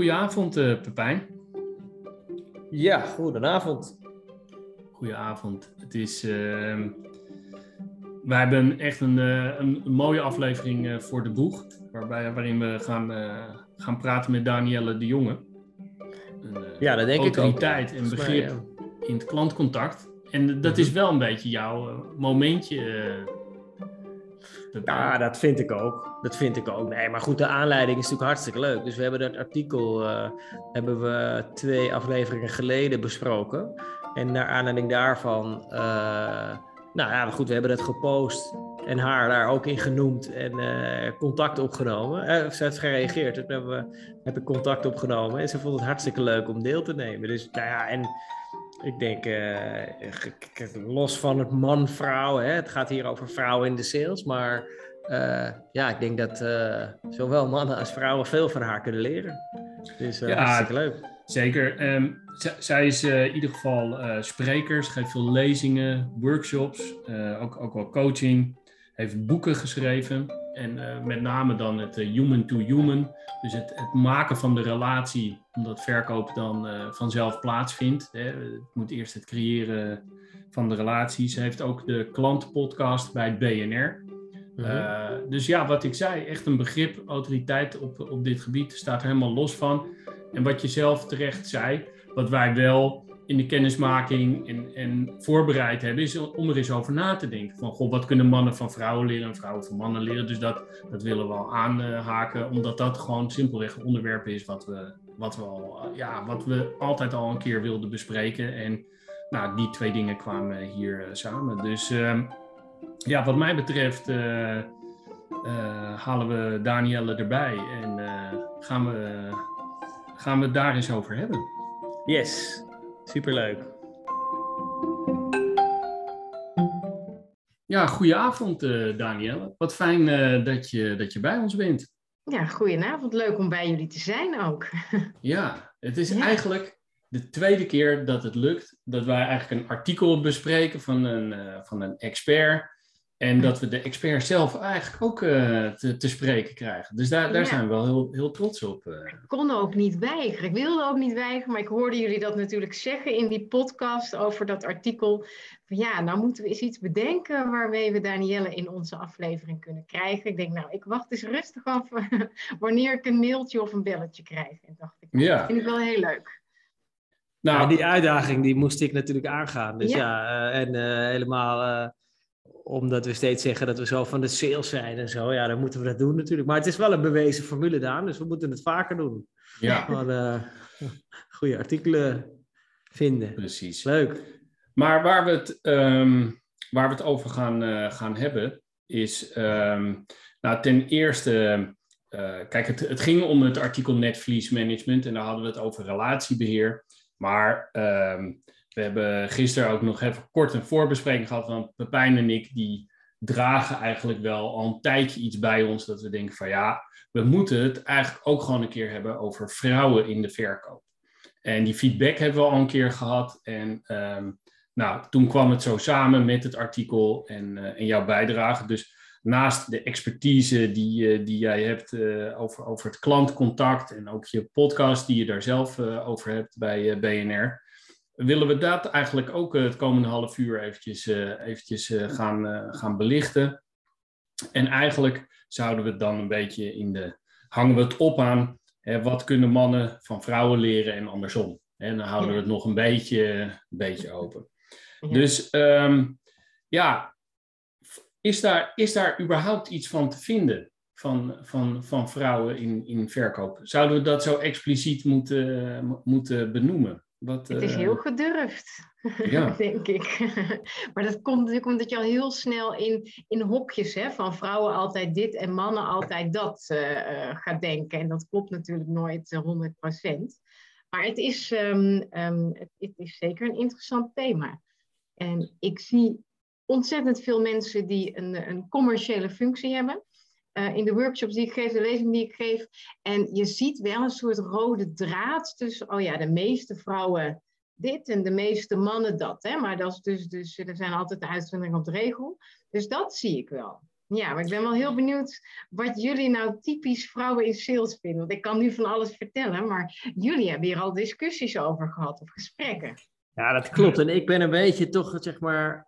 Goedenavond, Pepijn. Ja, goedenavond. Goedenavond. Wij hebben echt een mooie aflevering voor de boeg, waarin we gaan praten met Danielle de Jonge. Ja, dat denk ik ook. Autoriteit en begrip in het klantcontact. En dat is wel een beetje jouw momentje. Ja, dat vind ik ook. Nee, maar goed, de aanleiding is natuurlijk hartstikke leuk. Dus we hebben dat artikel hebben we 2 afleveringen geleden besproken. En naar aanleiding daarvan, we hebben dat gepost en haar daar ook in genoemd en contact opgenomen. Ze heeft gereageerd, toen heb ik contact opgenomen en ze vond het hartstikke leuk om deel te nemen. Dus en ik denk, los van het man-vrouw, het gaat hier over vrouwen in de sales, maar ik denk dat zowel mannen als vrouwen veel van haar kunnen leren. Dus hartstikke leuk. Zeker. Zij is in ieder geval spreker, ze geeft veel lezingen, workshops, ook wel coaching, heeft boeken geschreven en met name dan het human to human, dus het maken van de relatie, omdat verkoop dan vanzelf plaatsvindt. Het moet eerst het creëren van de relatie. Ze heeft ook de klantenpodcast bij het BNR. Dus ja, wat ik zei, echt een begrip, autoriteit op dit gebied, staat er helemaal los van. En wat je zelf terecht zei, wat wij wel in de kennismaking en voorbereid hebben, is om er eens over na te denken. Van, goh, wat kunnen mannen van vrouwen leren en vrouwen van mannen leren? Dus dat willen we al aanhaken, omdat dat gewoon simpelweg een onderwerp is wat we altijd al een keer wilden bespreken. En die 2 dingen kwamen hier samen. Dus wat mij betreft halen we Danielle erbij en gaan we het daar eens over hebben. Yes, superleuk. Ja, goedenavond Danielle. Wat fijn dat je bij ons bent. Ja, goedenavond. Leuk om bij jullie te zijn ook. Ja, het is eigenlijk de 2e keer dat het lukt dat wij eigenlijk een artikel bespreken van een expert. En dat we de expert zelf eigenlijk ook te spreken krijgen. Dus daar zijn we wel heel, heel trots op. Ik kon ook niet weigeren. Ik wilde ook niet weigeren. Maar ik hoorde jullie dat natuurlijk zeggen in die podcast over dat artikel. Van nou moeten we eens iets bedenken waarmee we Danielle in onze aflevering kunnen krijgen. Ik denk, ik wacht eens rustig af wanneer ik een mailtje of een belletje krijg. En dacht ik, dat vind ik wel heel leuk. Nou, die uitdaging die moest ik natuurlijk aangaan. Dus helemaal... omdat we steeds zeggen dat we zo van de sales zijn en zo. Ja, dan moeten we dat doen natuurlijk. Maar het is wel een bewezen formule, Daan. Dus we moeten het vaker doen. Ja. Goede artikelen vinden. Precies. Leuk. Maar waar we het over gaan hebben is... ten eerste... kijk, het ging om het artikel netvliesmanagement. En daar hadden we het over relatiebeheer. Maar... we hebben gisteren ook nog even kort een voorbespreking gehad van Pepijn en ik. Die dragen eigenlijk wel al een tijdje iets bij ons. Dat we denken van we moeten het eigenlijk ook gewoon een keer hebben over vrouwen in de verkoop. En die feedback hebben we al een keer gehad. En toen kwam het zo samen met het artikel en jouw bijdrage. Dus naast de expertise die jij hebt over het klantcontact en ook je podcast die je daar zelf over hebt bij BNR... willen we dat eigenlijk ook het komende half uur eventjes gaan belichten. En eigenlijk zouden we het dan een beetje hangen we het op aan wat kunnen mannen van vrouwen leren en andersom. En dan houden we het nog een beetje open. Ja. Dus is daar überhaupt iets van te vinden van vrouwen in verkoop? Zouden we dat zo expliciet moeten benoemen? Het is heel gedurfd, denk ik. Maar dat komt natuurlijk omdat je al heel snel in hokjes van vrouwen altijd dit en mannen altijd dat gaat denken. En dat klopt natuurlijk nooit 100%. Maar het is zeker een interessant thema. En ik zie ontzettend veel mensen die een commerciële functie hebben. In de workshops die ik geef, de lezingen die ik geef. En je ziet wel een soort rode draad tussen, de meeste vrouwen dit en de meeste mannen dat. Maar dat is dus er zijn altijd de uitzonderingen op de regel. Dus dat zie ik wel. Ja, maar ik ben wel heel benieuwd wat jullie nou typisch vrouwen in sales vinden. Want ik kan nu van alles vertellen, maar jullie hebben hier al discussies over gehad of gesprekken. Ja, dat klopt. En ik ben een beetje toch, zeg maar...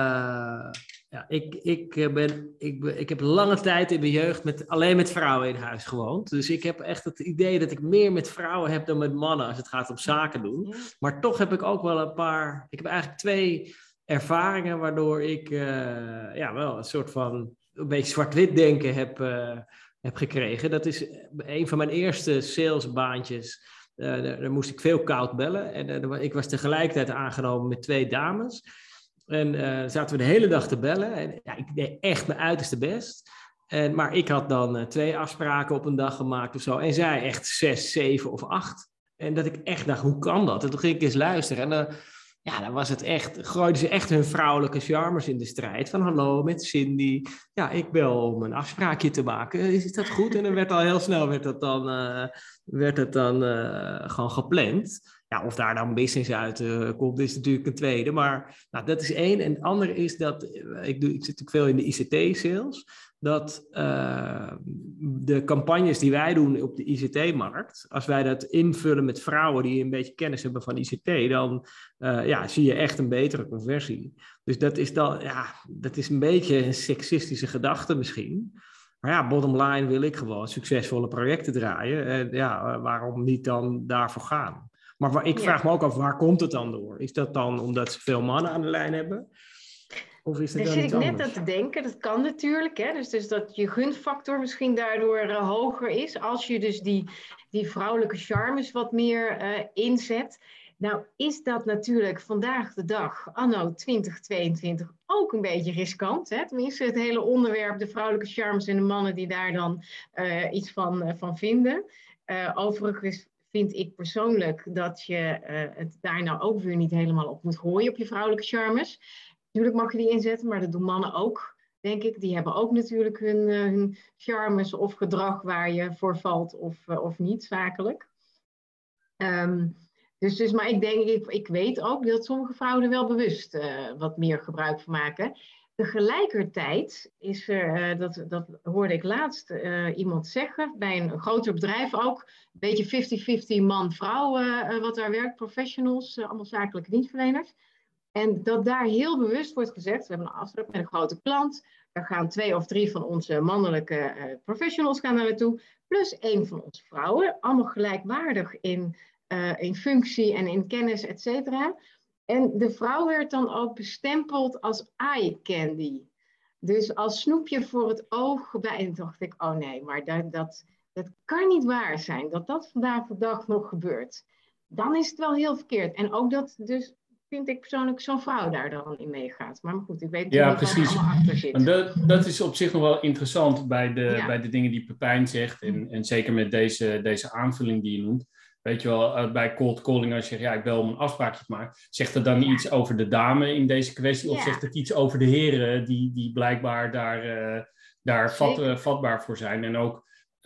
ik heb lange tijd in mijn jeugd alleen met vrouwen in huis gewoond. Dus ik heb echt het idee dat ik meer met vrouwen heb dan met mannen als het gaat om zaken doen. Ja. Maar toch heb ik ook wel ik heb eigenlijk 2 ervaringen waardoor ik wel een soort van een beetje zwart-wit denken heb gekregen. Dat is een van mijn eerste salesbaantjes. Daar moest ik veel koud bellen. En ik was tegelijkertijd aangenomen met 2 dames. En zaten we de hele dag te bellen. En ja, ik deed echt mijn uiterste best. Maar ik had dan 2 afspraken op een dag gemaakt of zo. En zij echt 6, 7 of 8. En dat ik echt dacht, hoe kan dat? En toen ging ik eens luisteren. En dan was het echt, gooiden ze echt hun vrouwelijke charmes in de strijd. Van hallo, met Cindy. Ja, ik bel om een afspraakje te maken. Is dat goed? En dan werd al heel snel werd het dan gewoon gepland. Ja, of daar dan business uit komt, is natuurlijk een tweede. Maar nou, dat is 1. En het andere is dat, ik zit natuurlijk veel in de ICT-sales. Dat de campagnes die wij doen op de ICT-markt, als wij dat invullen met vrouwen die een beetje kennis hebben van ICT, dan zie je echt een betere conversie. Dus dat is een beetje een seksistische gedachte misschien. Maar ja, bottom line wil ik gewoon succesvolle projecten draaien. En waarom niet dan daarvoor gaan? Maar ik vraag me ook af, waar komt het dan door? Is dat dan omdat ze veel mannen aan de lijn hebben? Of is het daar dan zit ik net aan te denken, dat kan natuurlijk. Hè? Dus dat je gunfactor misschien daardoor hoger is. Als je dus die vrouwelijke charmes wat meer inzet. Nou is dat natuurlijk vandaag de dag, anno 2022, ook een beetje riskant. Hè? Tenminste, het hele onderwerp, de vrouwelijke charmes en de mannen die daar dan iets van vinden. Overigens vind ik persoonlijk dat je het daar nou ook weer niet helemaal op moet gooien op je vrouwelijke charmes. Natuurlijk mag je die inzetten, maar dat doen mannen ook, denk ik. Die hebben ook natuurlijk hun charmes of gedrag waar je voor valt of niet, zakelijk. Maar ik weet ook dat sommige vrouwen er wel bewust wat meer gebruik van maken. Tegelijkertijd is er, dat hoorde ik laatst iemand zeggen, bij een groter bedrijf ook, een beetje 50-50 man-vrouw wat daar werkt, professionals, allemaal zakelijke dienstverleners. En dat daar heel bewust wordt gezegd, we hebben een afspraak met een grote klant, daar gaan 2 of 3 van onze mannelijke professionals gaan daar naartoe, plus 1 van onze vrouwen, allemaal gelijkwaardig in functie en in kennis, et cetera. En de vrouw werd dan ook bestempeld als eye candy. Dus als snoepje voor het oog. En toen dacht ik, oh nee, maar dat kan niet waar zijn. Dat vandaag de dag nog gebeurt. Dan is het wel heel verkeerd. En ook dat dus, vind ik persoonlijk, zo'n vrouw daar dan in meegaat. Maar goed, ik weet niet wat er allemaal achter zit. Dat is op zich nog wel interessant bij de dingen die Pepijn zegt. En zeker met deze aanvulling die je noemt. Weet je wel, bij cold calling, als je zegt, ik bel om een afspraakje te maken, zegt het dan iets over de dame in deze kwestie? Of zegt het iets over de heren die blijkbaar daar vatbaar voor zijn? En ook,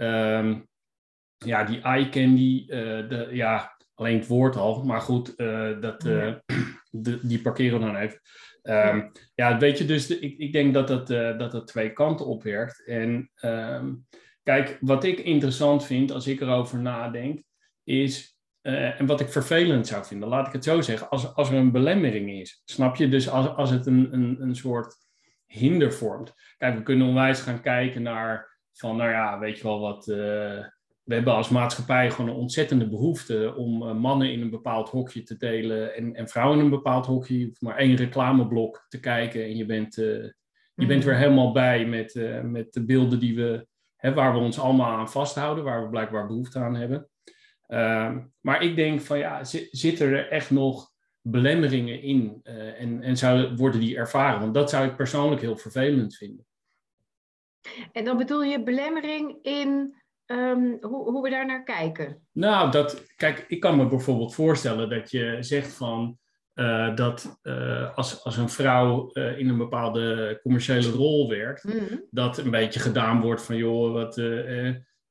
die eye candy, alleen het woord al, maar goed, die parkeren we dan even. Weet je, dus ik denk dat 2 kanten opwerkt. En kijk, wat ik interessant vind als ik erover nadenk, is, en wat ik vervelend zou vinden, laat ik het zo zeggen, als er een belemmering is. Snap je? Dus als het een soort hinder vormt. Kijk, we kunnen onwijs gaan kijken naar van, weet je wel wat, we hebben als maatschappij gewoon een ontzettende behoefte om mannen in een bepaald hokje te delen en vrouwen in een bepaald hokje. Je hoeft maar 1 reclameblok te kijken en je bent weer helemaal bij met de beelden die waar we ons allemaal aan vasthouden, waar we blijkbaar behoefte aan hebben. Maar ik denk van zitten er echt nog belemmeringen in en worden die ervaren? Want dat zou ik persoonlijk heel vervelend vinden. En dan bedoel je belemmering in hoe we daar naar kijken? Nou, kijk, ik kan me bijvoorbeeld voorstellen dat je zegt van dat als een vrouw in een bepaalde commerciële rol werkt, dat een beetje gedaan wordt van joh,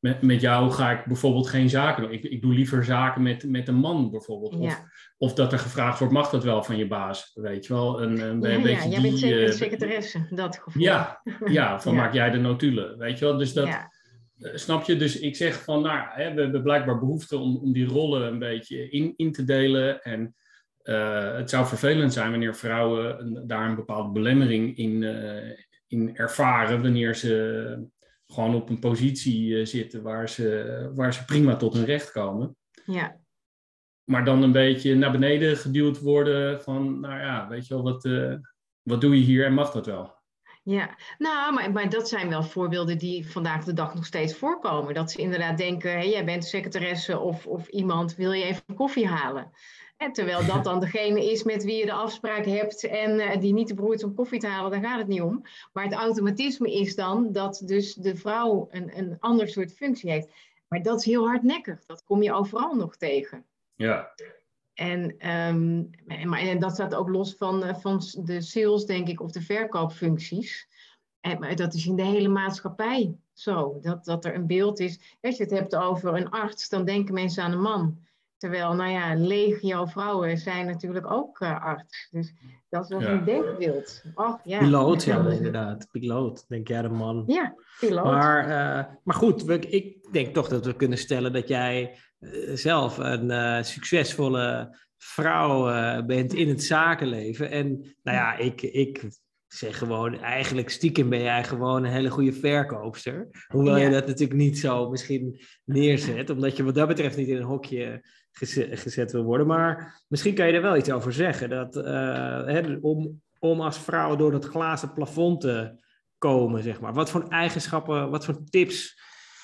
met jou ga ik bijvoorbeeld geen zaken doen. Ik doe liever zaken met een man bijvoorbeeld. Ja. Of dat er gevraagd wordt, mag dat wel van je baas? Weet je wel? Beetje jij bent zeker een secretaresse, dat gevoel. Ja, maak jij de notulen, weet je wel? Dus dat, snap je? Dus ik zeg van, we hebben blijkbaar behoefte om die rollen een beetje in te delen. En het zou vervelend zijn wanneer vrouwen daar een bepaalde belemmering in ervaren, wanneer ze gewoon op een positie zitten waar ze prima tot hun recht komen. Ja. Maar dan een beetje naar beneden geduwd worden van, weet je wel, wat doe je hier en mag dat wel? Ja, maar dat zijn wel voorbeelden die vandaag de dag nog steeds voorkomen. Dat ze inderdaad denken, hey, jij bent secretaresse of iemand, wil je even koffie halen? En terwijl dat dan degene is met wie je de afspraak hebt en die niet te beroerd is om koffie te halen, daar gaat het niet om. Maar het automatisme is dan dat dus de vrouw een ander soort functie heeft. Maar dat is heel hardnekkig, dat kom je overal nog tegen. Ja. En dat staat ook los van de sales, denk ik, of de verkoopfuncties. Maar dat is in de hele maatschappij zo. Dat er een beeld is. Als je het hebt over een arts, dan denken mensen aan een man. Terwijl, legio vrouwen zijn natuurlijk ook arts. Dus dat is wel een denkbeeld. Piloot, inderdaad. Piloot, denk jij de man. Ja, piloot. Maar goed, ik denk toch dat we kunnen stellen dat jij zelf een succesvolle vrouw bent in het zakenleven. En ik zeg gewoon, eigenlijk stiekem ben jij gewoon een hele goede verkoopster. Hoewel je dat natuurlijk niet zo misschien neerzet, omdat je wat dat betreft niet in een hokje gezet wil worden. Maar misschien kan je er wel iets over zeggen. Dat om als vrouw door dat glazen plafond te komen, zeg maar. Wat voor eigenschappen, wat voor tips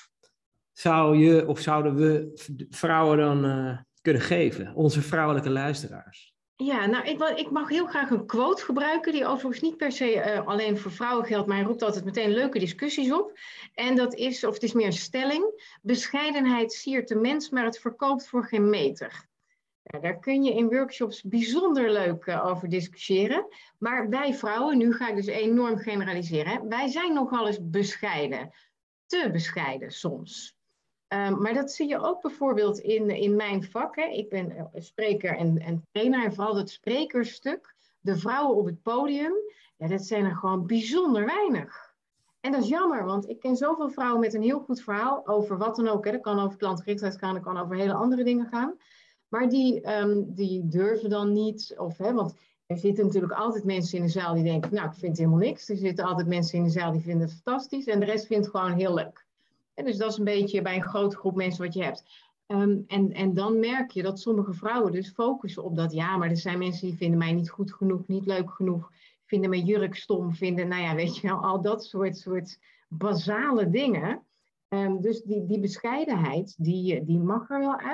zouden we vrouwen dan kunnen geven? Onze vrouwelijke luisteraars. Ja, ik mag heel graag een quote gebruiken, die overigens niet per se alleen voor vrouwen geldt, maar hij roept altijd meteen leuke discussies op. En dat is, of het is meer een stelling, bescheidenheid siert de mens, maar het verkoopt voor geen meter. Ja, daar kun je in workshops bijzonder leuk over discussiëren. Maar wij vrouwen, nu ga ik dus enorm generaliseren, hè, wij zijn nogal eens bescheiden. Te bescheiden soms. Maar dat zie je ook bijvoorbeeld in mijn vak. Hè. Ik ben spreker en trainer en vooral het sprekerstuk. De vrouwen op het podium, dat zijn er gewoon bijzonder weinig. En dat is jammer, want ik ken zoveel vrouwen met een heel goed verhaal over wat dan ook. Hè. Dat kan over klantgerichtheid gaan, dat kan over hele andere dingen gaan. Maar die durven dan niet, want er zitten natuurlijk altijd mensen in de zaal die denken, ik vind helemaal niks. Er zitten altijd mensen in de zaal die vinden het fantastisch en de rest vindt het gewoon heel leuk. En dus dat is een beetje bij een grote groep mensen wat je hebt. En dan merk je dat sommige vrouwen dus focussen op dat. Ja, maar er zijn mensen die vinden mij niet goed genoeg, niet leuk genoeg. Vinden mijn jurk stom, vinden, weet je wel, al dat soort basale dingen. Dus die bescheidenheid, die mag er wel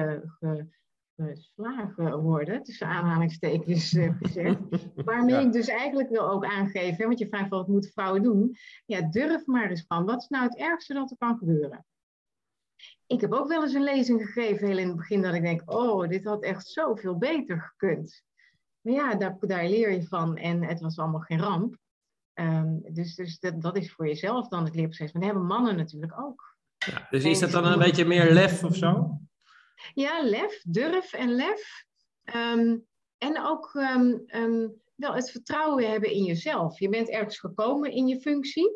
uitgeslagen worden, tussen aanhalingstekens gezegd. Waarmee ik dus eigenlijk wil ook aangeven, want je vraagt wat moeten vrouwen doen? Ja, durf maar eens van, wat is nou het ergste dat er kan gebeuren? Ik heb ook wel eens een lezing gegeven, heel in het begin, dat ik denk, dit had echt zoveel beter gekund. Maar ja, daar leer je van en het was allemaal geen ramp. Dus dat is voor jezelf dan het leerproces. Maar dat hebben mannen natuurlijk ook. Ja, dus is dat dan een beetje meer lef of zo? Ja, lef, durf en lef. En ook wel het vertrouwen hebben in jezelf. Je bent ergens gekomen in je functie.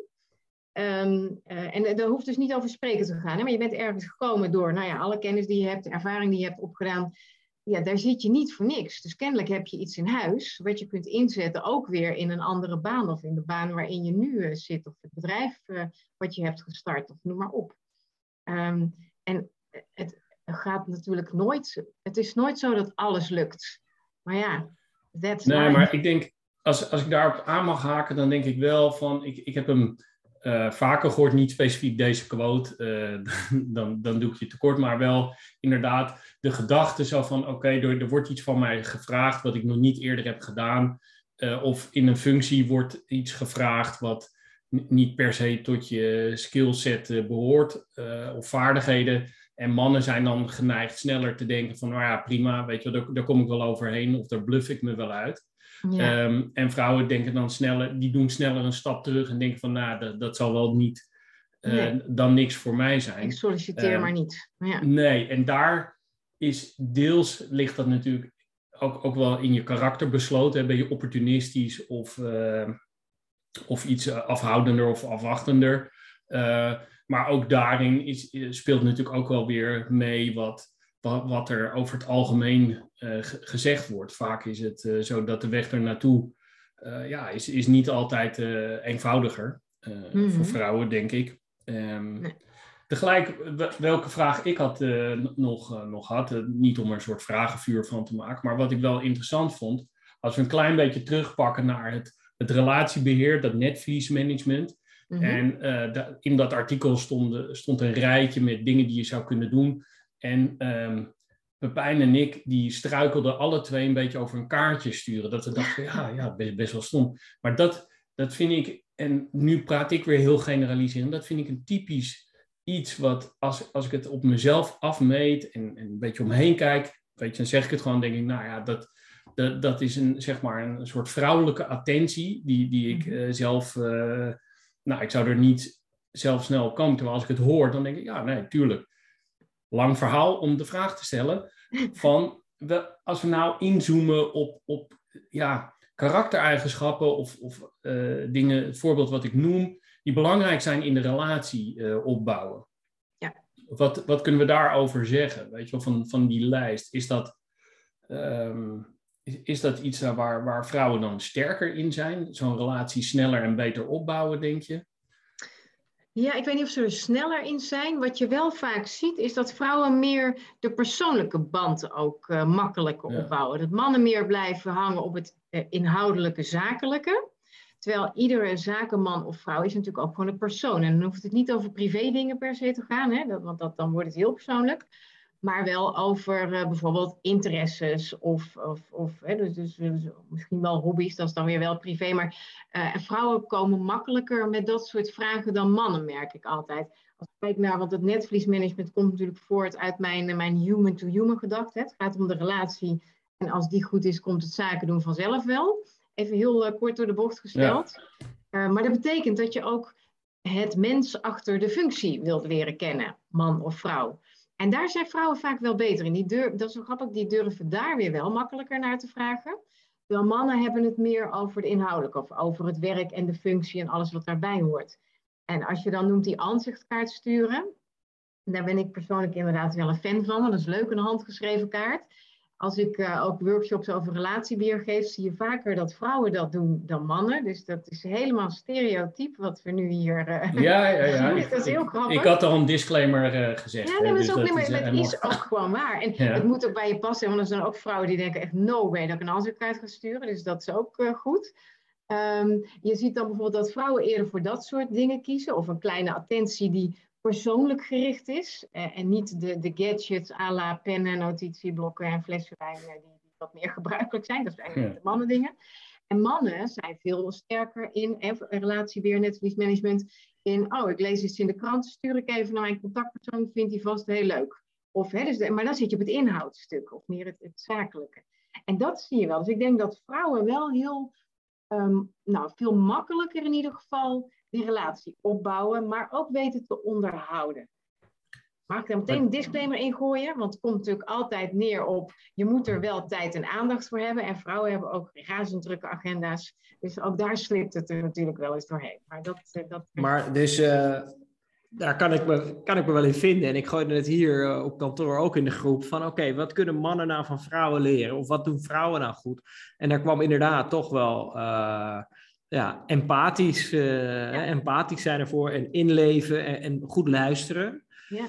En dat hoeft dus niet over spreken te gaan. Hè? Maar je bent ergens gekomen door alle kennis die je hebt, de ervaring die je hebt opgedaan. Ja, daar zit je niet voor niks. Dus kennelijk heb je iets in huis wat je kunt inzetten ook weer in een andere baan. Of in de baan waarin je nu zit. Of het bedrijf wat je hebt gestart. Of noem maar op. En het gaat natuurlijk nooit. Het is nooit zo dat alles lukt. Maar ja, that's life. Maar ik denk, als ik daarop aan mag haken, dan denk ik wel van, ik heb hem vaker gehoord, niet specifiek deze quote, dan doe ik je tekort, maar wel inderdaad de gedachte zo van, er wordt iets van mij gevraagd wat ik nog niet eerder heb gedaan, of in een functie wordt iets gevraagd wat niet per se tot je skillset behoort, of vaardigheden. En mannen zijn dan geneigd sneller te denken van, prima, weet je, daar kom ik wel overheen of daar bluff ik me wel uit. Ja. En vrouwen denken dan die doen sneller een stap terug en denken van, dat zal wel niet dan niks voor mij zijn. Ik solliciteer maar niet. Ja. Nee, en daar is deels ligt dat natuurlijk ook wel in je karakter besloten. Ben je opportunistisch of iets afhoudender of afwachtender. Maar ook daarin speelt natuurlijk ook wel weer mee wat er over het algemeen gezegd wordt. Vaak is het zo dat de weg er naartoe is niet altijd eenvoudiger voor vrouwen, denk ik. Nee. Tegelijk, welke vraag ik had nog had, niet om er een soort vragenvuur van te maken, maar wat ik wel interessant vond, als we een klein beetje terugpakken naar het relatiebeheer, dat netvliesmanagement. En in dat artikel stond een rijtje met dingen die je zou kunnen doen. En Pepijn en ik, die struikelden alle twee een beetje over een kaartje sturen. Dat we dachten, best wel stom. Maar dat vind ik, en nu praat ik weer heel generaliserend, dat vind ik een typisch iets wat, als ik het op mezelf afmeet en een beetje omheen kijk, weet je, dan zeg ik het gewoon, denk ik, dat is een soort vrouwelijke attentie die ik zelf, ik zou er niet zelf snel op komen. Terwijl als ik het hoor, dan denk ik, tuurlijk. Lang verhaal om de vraag te stellen van, als we nou inzoomen op karaktereigenschappen of dingen, het voorbeeld wat ik noem, die belangrijk zijn in de relatie opbouwen. Ja. Wat kunnen we daarover zeggen? Weet je wel, van die lijst? Is dat iets waar vrouwen dan sterker in zijn? Zo'n relatie sneller en beter opbouwen, denk je? Ja, ik weet niet of ze er sneller in zijn. Wat je wel vaak ziet, is dat vrouwen meer de persoonlijke band ook makkelijker opbouwen. Dat mannen meer blijven hangen op het inhoudelijke, zakelijke. Terwijl iedere zakenman of vrouw is natuurlijk ook gewoon een persoon. En dan hoeft het niet over privé dingen per se te gaan, hè? Want dan wordt het heel persoonlijk. Maar wel over bijvoorbeeld interesses of dus misschien wel hobby's, dat is dan weer wel privé. Maar vrouwen komen makkelijker met dat soort vragen dan mannen, merk ik altijd. Als ik kijk naar, want het netvliesmanagement komt natuurlijk voort uit mijn human-to-human gedachte. Het gaat om de relatie en als die goed is, komt het zaken doen vanzelf wel. Even heel kort door de bocht gesteld. Ja. Maar dat betekent dat je ook het mens achter de functie wilt leren kennen, man of vrouw. En daar zijn vrouwen vaak wel beter in. Dat is zo grappig, die durven daar weer wel makkelijker naar te vragen. Terwijl mannen hebben het meer over de inhoudelijke, of over het werk en de functie en alles wat daarbij hoort. En als je dan noemt die aanzichtkaart sturen, daar ben ik persoonlijk inderdaad wel een fan van. Dat is leuk, een handgeschreven kaart. Als ik ook workshops over relatiebeheer geef, zie je vaker dat vrouwen dat doen dan mannen. Dus dat is helemaal stereotype wat we nu hier zien. Dat is heel grappig. Ik had al een disclaimer gezegd. Ja, nee, maar het is ook gewoon waar. En het moet ook bij je passen, want er zijn ook vrouwen die denken echt no way dat ik een aanzichtkaart ga sturen. Dus dat is ook goed. Je ziet dan bijvoorbeeld dat vrouwen eerder voor dat soort dingen kiezen. Of een kleine attentie die persoonlijk gericht is. En niet de gadgets à la pennen, notitieblokken en flessen wijn die wat meer gebruikelijk zijn. Dat zijn eigenlijk de mannen dingen. En mannen zijn veel sterker in relatiebeheer, netvliesmanagement. Ik lees iets in de krant, stuur ik even naar mijn contactpersoon, vindt hij vast heel leuk. Maar dan zit je op het inhoudstuk of meer het zakelijke. En dat zie je wel. Dus ik denk dat vrouwen wel heel veel makkelijker in ieder geval die relatie opbouwen, maar ook weten te onderhouden. Mag ik daar meteen een disclaimer in gooien? Want het komt natuurlijk altijd neer op, je moet er wel tijd en aandacht voor hebben. En vrouwen hebben ook razend drukke agenda's. Dus ook daar slipt het er natuurlijk wel eens doorheen. Maar daar kan ik me wel in vinden. En ik gooide het hier op kantoor ook in de groep van oké, wat kunnen mannen nou van vrouwen leren? Of wat doen vrouwen nou goed? En daar kwam inderdaad toch wel empathisch zijn ervoor en inleven en goed luisteren. Ja.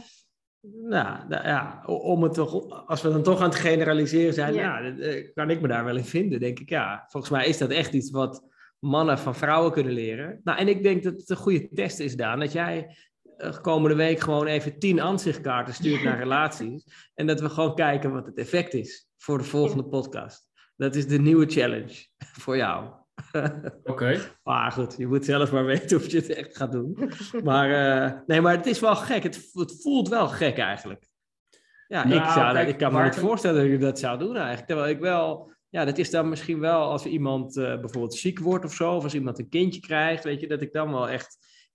Om het toch, als we dan toch aan het generaliseren zijn, kan ik me daar wel in vinden, denk ik. Ja, volgens mij is dat echt iets wat mannen van vrouwen kunnen leren. En ik denk dat het een goede test is, Daan, dat jij komende week gewoon even 10 aanzichtkaarten stuurt naar relaties en dat we gewoon kijken wat het effect is voor de volgende podcast. Dat is de nieuwe challenge voor jou. Oké. Maar goed, je moet zelf maar weten of je het echt gaat doen. Maar het is wel gek. Het voelt wel gek eigenlijk. Ja, ik kan me niet voorstellen dat ik dat zou doen eigenlijk. Terwijl ik wel, dat is dan misschien wel als iemand bijvoorbeeld ziek wordt of zo, of als iemand een kindje krijgt, weet je, dat ik dan wel echt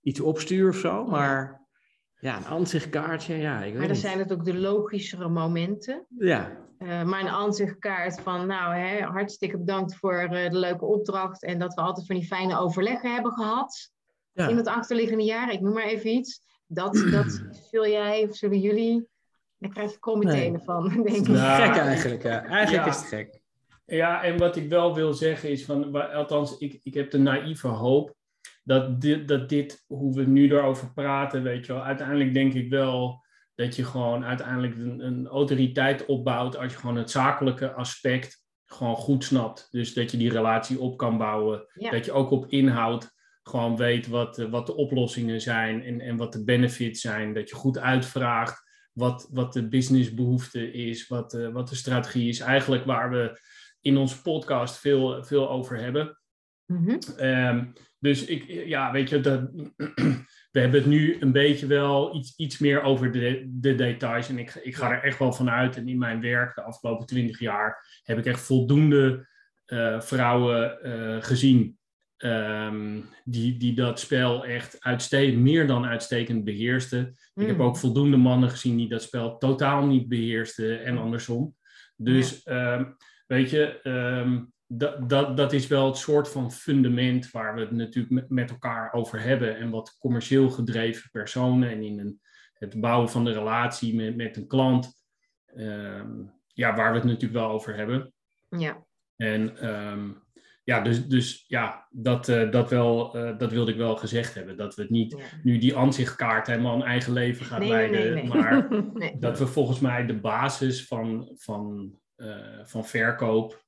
iets opstuur of zo. Maar ja, een aanzichtkaartje, ja, ik weet maar dan niet. zijn het ook de logischere momenten. Ja. Maar een aanzichtkaart van, nou, hartstikke bedankt voor de leuke opdracht en dat we altijd van die fijne overleggen hebben gehad in het achterliggende jaar. Ik noem maar even iets. Dat zul jij of zullen jullie, daar krijg je kommeteen van, denk ik. Gek eigenlijk, ja. Eigenlijk is het gek. Ja, en wat ik wel wil zeggen is, althans, ik heb de naïeve hoop dat dit, hoe we nu erover praten, weet je wel, uiteindelijk denk ik wel dat je gewoon uiteindelijk een autoriteit opbouwt als je gewoon het zakelijke aspect gewoon goed snapt. Dus dat je die relatie op kan bouwen. Ja. Dat je ook op inhoud gewoon weet wat de oplossingen zijn en wat de benefits zijn. Dat je goed uitvraagt wat de businessbehoefte is, wat de strategie is. Eigenlijk waar we in onze podcast veel over hebben. Mm-hmm. Dus weet je, we hebben het nu een beetje wel iets meer over de details. En ik ga er echt wel van uit. En in mijn werk de afgelopen 20 jaar heb ik echt voldoende vrouwen gezien die dat spel echt meer dan uitstekend beheersten. Ik heb ook voldoende mannen gezien die dat spel totaal niet beheersten en andersom. Dus weet je, dat is wel het soort van fundament waar we het natuurlijk met elkaar over hebben. En wat commercieel gedreven personen en in het bouwen van de relatie met een klant, waar we het natuurlijk wel over hebben. Ja. En dat wilde ik wel gezegd hebben. Dat we het niet nu die aanzichtkaart helemaal een eigen leven gaan leiden. Nee. Maar dat we volgens mij de basis van verkoop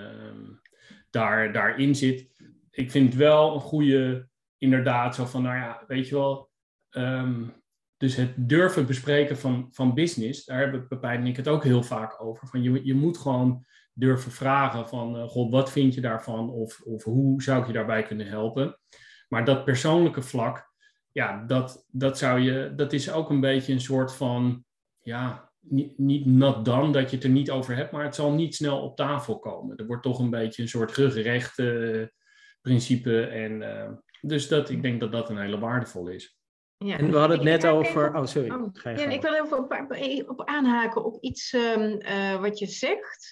daarin zit. Ik vind het wel een goede, inderdaad, zo van, weet je wel, dus het durven bespreken van business, daar hebben Pepijn en ik het ook heel vaak over. Van je moet gewoon durven vragen van, god, wat vind je daarvan? Of hoe zou ik je daarbij kunnen helpen? Maar dat persoonlijke vlak, dat is ook een beetje een soort van, niet not done, dat je het er niet over hebt, maar het zal niet snel op tafel komen. Er wordt toch een beetje een soort rugrecht principe. En dus ik denk dat dat een hele waardevolle is. Ja. En we hadden het net over... Oh, sorry. Ik wil even op aanhaken op iets wat je zegt.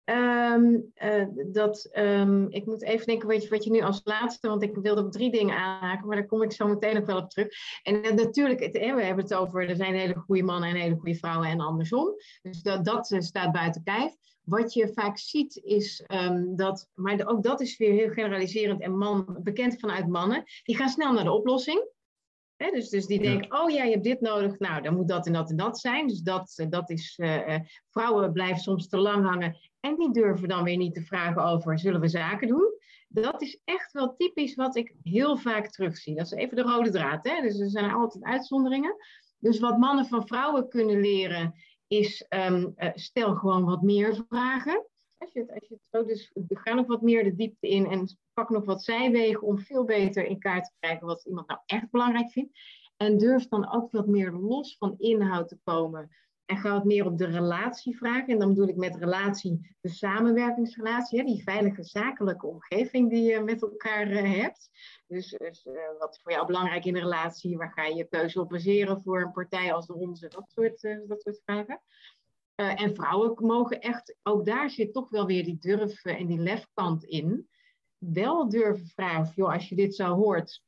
Ik moet even denken wat je nu als laatste, want ik wilde op 3 dingen aanhaken, maar daar kom ik zo meteen nog wel op terug. En natuurlijk, we hebben het over, er zijn hele goede mannen en hele goede vrouwen en andersom. Dus dat staat buiten kijf. Wat je vaak ziet is maar ook dat is weer heel generaliserend en bekend vanuit mannen, die gaan snel naar de oplossing. Dus die denken, je hebt dit nodig, nou, dan moet dat en dat en dat zijn. Dus dat is, vrouwen blijven soms te lang hangen en die durven dan weer niet te vragen over, zullen we zaken doen? Dat is echt wel typisch wat ik heel vaak terugzie. Dat is even de rode draad, hè? Dus er zijn altijd uitzonderingen. Dus wat mannen van vrouwen kunnen leren is, stel gewoon wat meer vragen. Dus ga nog wat meer de diepte in en pak nog wat zijwegen om veel beter in kaart te krijgen wat iemand nou echt belangrijk vindt. En durf dan ook wat meer los van inhoud te komen. En ga wat meer op de relatie vragen. En dan bedoel ik met relatie de samenwerkingsrelatie. Die veilige zakelijke omgeving die je met elkaar hebt. Dus wat is voor jou belangrijk in de relatie? Waar ga je je keuze op baseren voor een partij als de onze? Dat soort vragen. En vrouwen mogen echt, ook daar zit toch wel weer die durf en die lefkant in. Wel durven vragen, joh, als je dit zo hoort,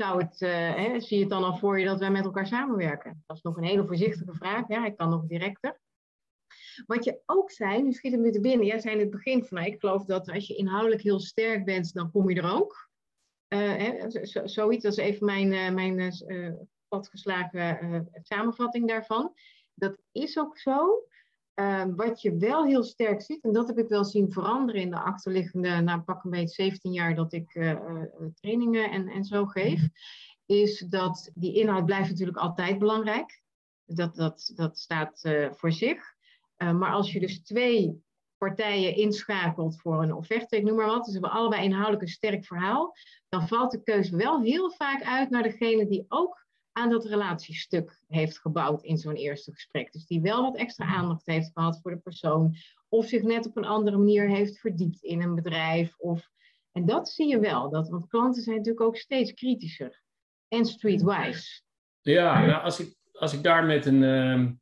zie je het dan al voor je dat wij met elkaar samenwerken? Dat is nog een hele voorzichtige vraag, ik kan nog directer. Wat je ook zei, nu schiet het me te binnen, jij zei in het begin van, ik geloof dat als je inhoudelijk heel sterk bent, dan kom je er ook. Zoiets, dat is even mijn platgeslagen samenvatting daarvan. Dat is ook zo. Wat je wel heel sterk ziet, en dat heb ik wel zien veranderen in de achterliggende, pak een beetje 17 jaar dat ik trainingen en zo geef, is dat die inhoud blijft natuurlijk altijd belangrijk. Dat staat voor zich. Maar als je dus 2 partijen inschakelt voor een offerte, ik noem maar wat, dus we hebben allebei inhoudelijk een sterk verhaal, dan valt de keuze wel heel vaak uit naar degene die ook aan dat relatiestuk heeft gebouwd in zo'n eerste gesprek. Dus die wel wat extra aandacht heeft gehad voor de persoon. Of zich net op een andere manier heeft verdiept in een bedrijf. En dat zie je wel. Want klanten zijn natuurlijk ook steeds kritischer. en streetwise. Ja, nou, als ik daar met een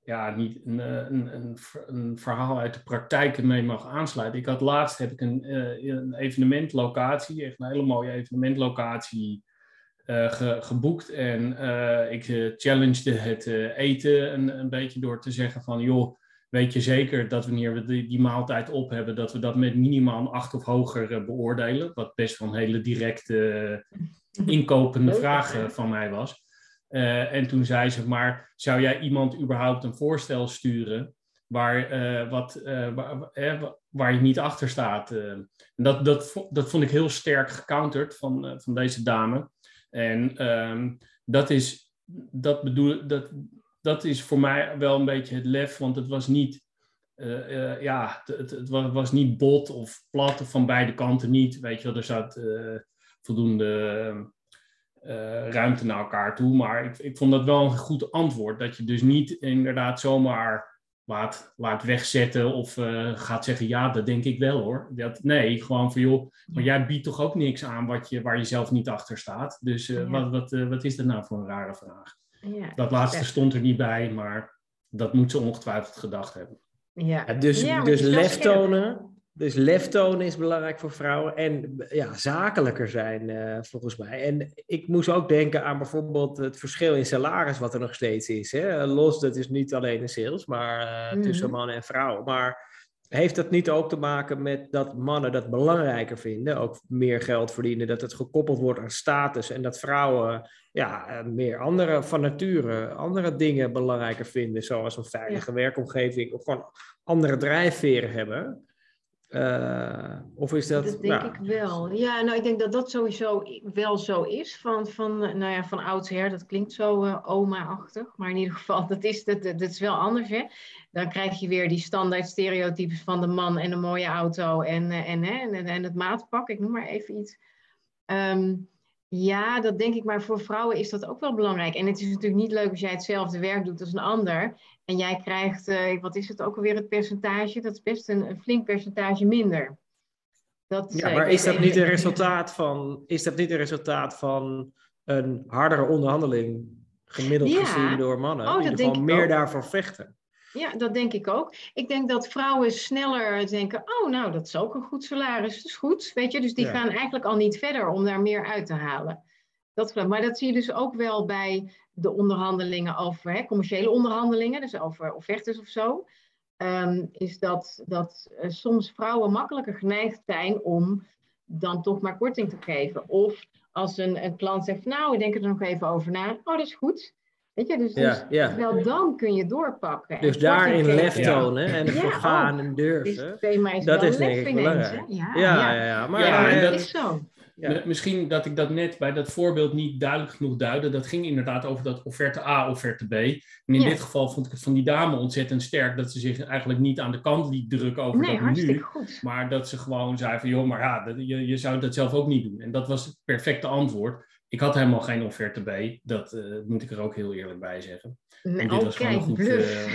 verhaal uit de praktijk mee mag aansluiten. Heb ik een evenementlocatie, echt een hele mooie evenementlocatie geboekt. En ik challengede het eten een beetje door te zeggen van, joh, weet je zeker dat wanneer we die maaltijd op hebben, dat we dat met minimaal een 8 of hoger beoordelen. Wat best wel een hele directe inkopende vraag van mij was. En toen zei ze, maar zou jij iemand überhaupt een voorstel sturen waar je niet achter staat? Dat vond ik heel sterk gecounterd van deze dame. En dat is voor mij wel een beetje het lef, want het was niet, het was niet bot of plat, of van beide kanten niet. Weet je wel, er zat voldoende ruimte naar elkaar toe. Maar ik vond dat wel een goed antwoord. Dat je dus niet inderdaad zomaar laat wegzetten of gaat zeggen, ja, dat denk ik wel hoor. Nee, gewoon van joh, maar jij biedt toch ook niks aan waar je zelf niet achter staat. Dus wat is dat nou voor een rare vraag? Ja, dat laatste stond er niet bij, maar dat moet ze ongetwijfeld gedacht hebben. Ja. Dus lef tonen. Dus lef tonen is belangrijk voor vrouwen en zakelijker zijn volgens mij. En ik moest ook denken aan bijvoorbeeld het verschil in salaris wat er nog steeds is. Hè? Los, dat is niet alleen in sales, maar tussen mannen en vrouwen. Maar heeft dat niet ook te maken met dat mannen dat belangrijker vinden, ook meer geld verdienen, dat het gekoppeld wordt aan status en dat vrouwen meer andere dingen belangrijker vinden, zoals een veilige werkomgeving of gewoon andere drijfveren hebben? Of is dat... Dat denk ik wel. Ja, nou, ik denk dat dat sowieso wel zo is. Van oudsher, dat klinkt zo oma-achtig. Maar in ieder geval, dat is wel anders, hè. Dan krijg je weer die standaard stereotypes van de man en een mooie auto en het maatpak. Ik noem maar even iets. Ja, dat denk ik. Maar voor vrouwen is dat ook wel belangrijk. En het is natuurlijk niet leuk als jij hetzelfde werk doet als een ander. En jij krijgt, wat is het ook alweer, het percentage? Dat is best een flink percentage minder. Maar is dat niet een resultaat van een hardere onderhandeling gemiddeld gezien door mannen? Die gewoon meer daarvoor vechten. Ja, dat denk ik ook. Ik denk dat vrouwen sneller denken, oh nou, dat is ook een goed salaris, dat is goed. Weet je, dus die gaan eigenlijk al niet verder om daar meer uit te halen. Maar dat zie je dus ook wel bij de onderhandelingen over commerciële onderhandelingen, dus over offertes of zo. Is dat soms vrouwen makkelijker geneigd zijn om dan toch maar korting te geven. Of als een klant zegt, nou, ik denk er nog even over na. Oh, dat is goed. Weet je, dus wel dan kun je doorpakken. Dus daarin lef tonen en ervoor gaan en durven. Dat is denk ik belangrijk. Maar dat is zo. Ja. Misschien dat ik dat net bij dat voorbeeld niet duidelijk genoeg duidde. Dat ging inderdaad over dat offerte A, offerte B. En in dit geval vond ik het van die dame ontzettend sterk dat ze zich eigenlijk niet aan de kant liet drukken over dat menu. Goed. Maar dat ze gewoon zei van, joh, maar je zou dat zelf ook niet doen. En dat was het perfecte antwoord. Ik had helemaal geen offerte B. Dat moet ik er ook heel eerlijk bij zeggen. Nee, dit was gewoon goed.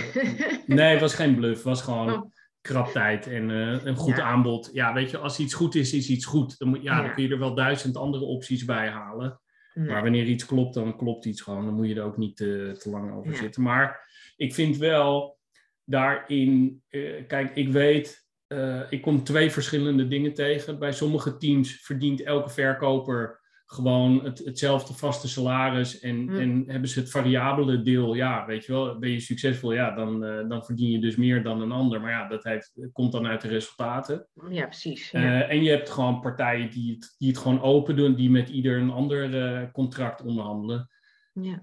Nee, het was geen bluff. Het was gewoon krap tijd en een goed aanbod. Ja, weet je, als iets goed is, is iets goed. Dan kun je er wel 1000 andere opties bij halen. Nee. Maar wanneer iets klopt, dan klopt iets gewoon. Dan moet je er ook niet te lang over zitten. Maar ik vind wel daarin... kijk, ik weet... ik kom 2 verschillende dingen tegen. Bij sommige teams verdient elke verkoper gewoon hetzelfde vaste salaris en hebben ze het variabele deel. Ja, weet je wel, ben je succesvol, dan verdien je dus meer dan een ander. Maar ja, dat komt dan uit de resultaten. Ja, precies. En je hebt gewoon partijen die het gewoon open doen, die met ieder een ander contract onderhandelen. Ja.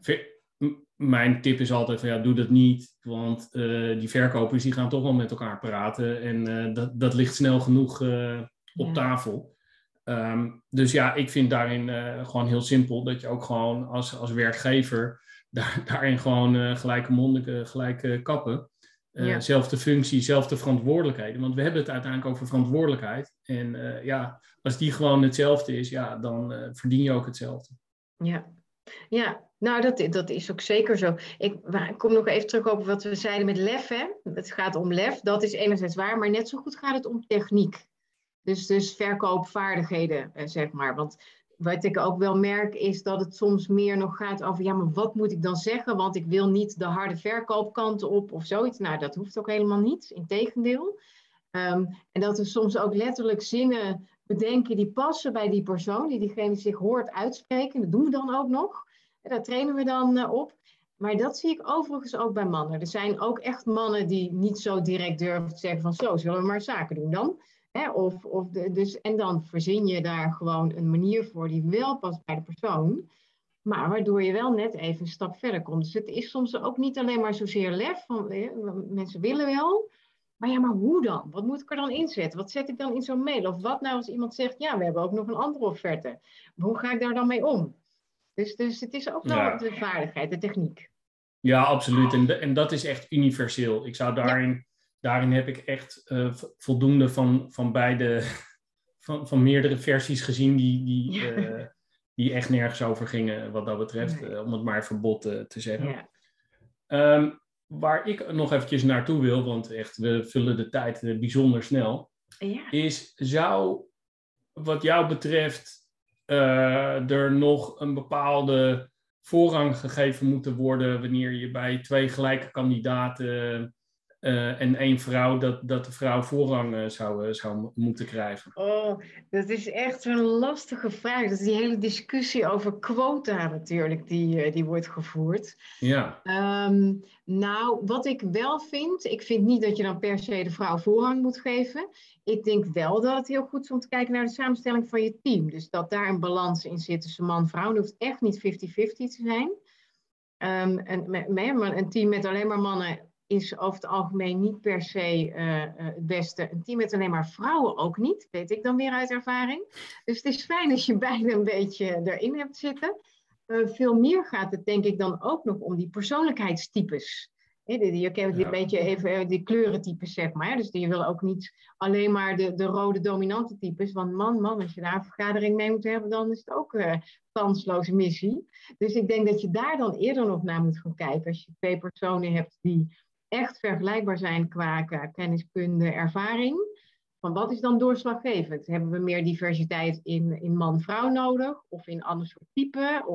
Mijn tip is altijd van doe dat niet, want die verkopers die gaan toch wel met elkaar praten en dat ligt snel genoeg op tafel. Dus ik vind daarin gewoon heel simpel dat je ook gewoon als werkgever daarin gewoon gelijke monniken, gelijke kappen. Zelfde functie, zelfde verantwoordelijkheden. Want we hebben het uiteindelijk over verantwoordelijkheid. En als die gewoon hetzelfde is, dan verdien je ook hetzelfde. Ja, nou dat is ook zeker zo. Ik kom nog even terug op wat we zeiden met lef. Hè? Het gaat om lef, dat is enerzijds waar, maar net zo goed gaat het om techniek. Dus verkoopvaardigheden, zeg maar. Want Wat ik ook wel merk is dat het soms meer nog gaat over, ja, maar wat moet ik dan zeggen? Want ik wil niet de harde verkoopkant op of zoiets. Nou, dat hoeft ook helemaal niet, integendeel. En dat we soms ook letterlijk zinnen bedenken die passen bij die persoon, die diegene zich hoort uitspreken. Dat doen we dan ook nog. En daar trainen we dan op. Maar dat zie ik overigens ook bij mannen. Er zijn ook echt mannen die niet zo direct durven te zeggen van zo, zullen we maar zaken doen dan? Dus, en dan verzin je daar gewoon een manier voor die wel past bij de persoon, maar waardoor je wel net even een stap verder komt. Dus het is soms ook niet alleen maar zozeer lef, van mensen willen wel, maar ja, maar hoe dan? Wat moet ik er dan inzetten? Wat zet ik dan in zo'n mail? Of wat nou als iemand zegt, ja, we hebben ook nog een andere offerte. Hoe ga ik daar dan mee om? Dus het is ook wel de vaardigheid, de techniek. Ja, absoluut. En dat is echt universeel. Ik zou daarin heb ik echt voldoende van beide, van meerdere versies gezien die echt nergens over gingen wat dat betreft. Om het maar verbod te zeggen. Ja. Waar ik nog eventjes naartoe wil, want echt, we vullen de tijd bijzonder snel, zou wat jou betreft er nog een bepaalde voorrang gegeven moeten worden wanneer je bij 2 gelijke kandidaten en 1 vrouw, dat de vrouw voorrang zou moeten krijgen? Oh, dat is echt zo'n lastige vraag. Dat is die hele discussie over quota natuurlijk, die wordt gevoerd. Ja. Nou, wat ik wel vind, ik vind niet dat je dan per se de vrouw voorrang moet geven. Ik denk wel dat het heel goed is om te kijken naar de samenstelling van je team. Dus dat daar een balans in zit tussen man en vrouw. Het hoeft echt niet 50-50 te zijn. Een team met alleen maar mannen is over het algemeen niet per se het beste. Een team met alleen maar vrouwen ook niet, weet ik dan weer uit ervaring. Dus het is fijn als je beide een beetje erin hebt zitten. Veel meer gaat het denk ik dan ook nog om die persoonlijkheidstypes. Je kent een beetje even die kleurentypes, zeg maar. Dus je wil ook niet alleen maar de rode dominante types. Want man, als je daar een vergadering mee moet hebben, dan is het ook een kansloze missie. Dus ik denk dat je daar dan eerder nog naar moet gaan kijken. Als je 2 personen hebt die echt vergelijkbaar zijn qua kenniskunde, ervaring. Van wat is dan doorslaggevend? Hebben we meer diversiteit in man-vrouw nodig? Of in ander soort type?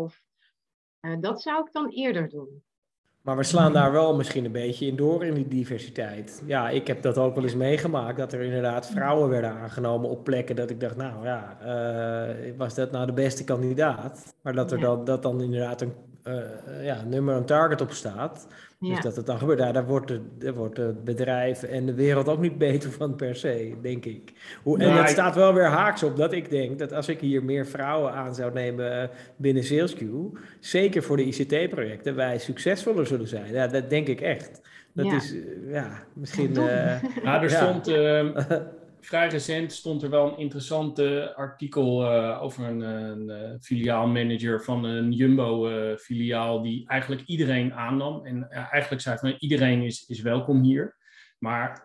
Dat zou ik dan eerder doen. Maar we slaan daar wel misschien een beetje in door in die diversiteit. Ja, ik heb dat ook wel eens meegemaakt, dat er inderdaad vrouwen werden aangenomen op plekken dat ik dacht, nou ja, was dat nou de beste kandidaat? Maar dat er dan inderdaad een nummer, een target op staat. Ja. Dus dat het dan gebeurt, daar wordt het bedrijf en de wereld ook niet beter van per se, denk ik. En dat staat wel weer haaks op dat ik denk dat als ik hier meer vrouwen aan zou nemen binnen SalesQ, zeker voor de ICT-projecten, wij succesvoller zullen zijn. Ja, dat denk ik echt. Dat is, misschien... er stond... Vrij recent stond er wel een interessant artikel over een filiaalmanager van een Jumbo-filiaal die eigenlijk iedereen aannam. En eigenlijk zei van iedereen is welkom hier. Maar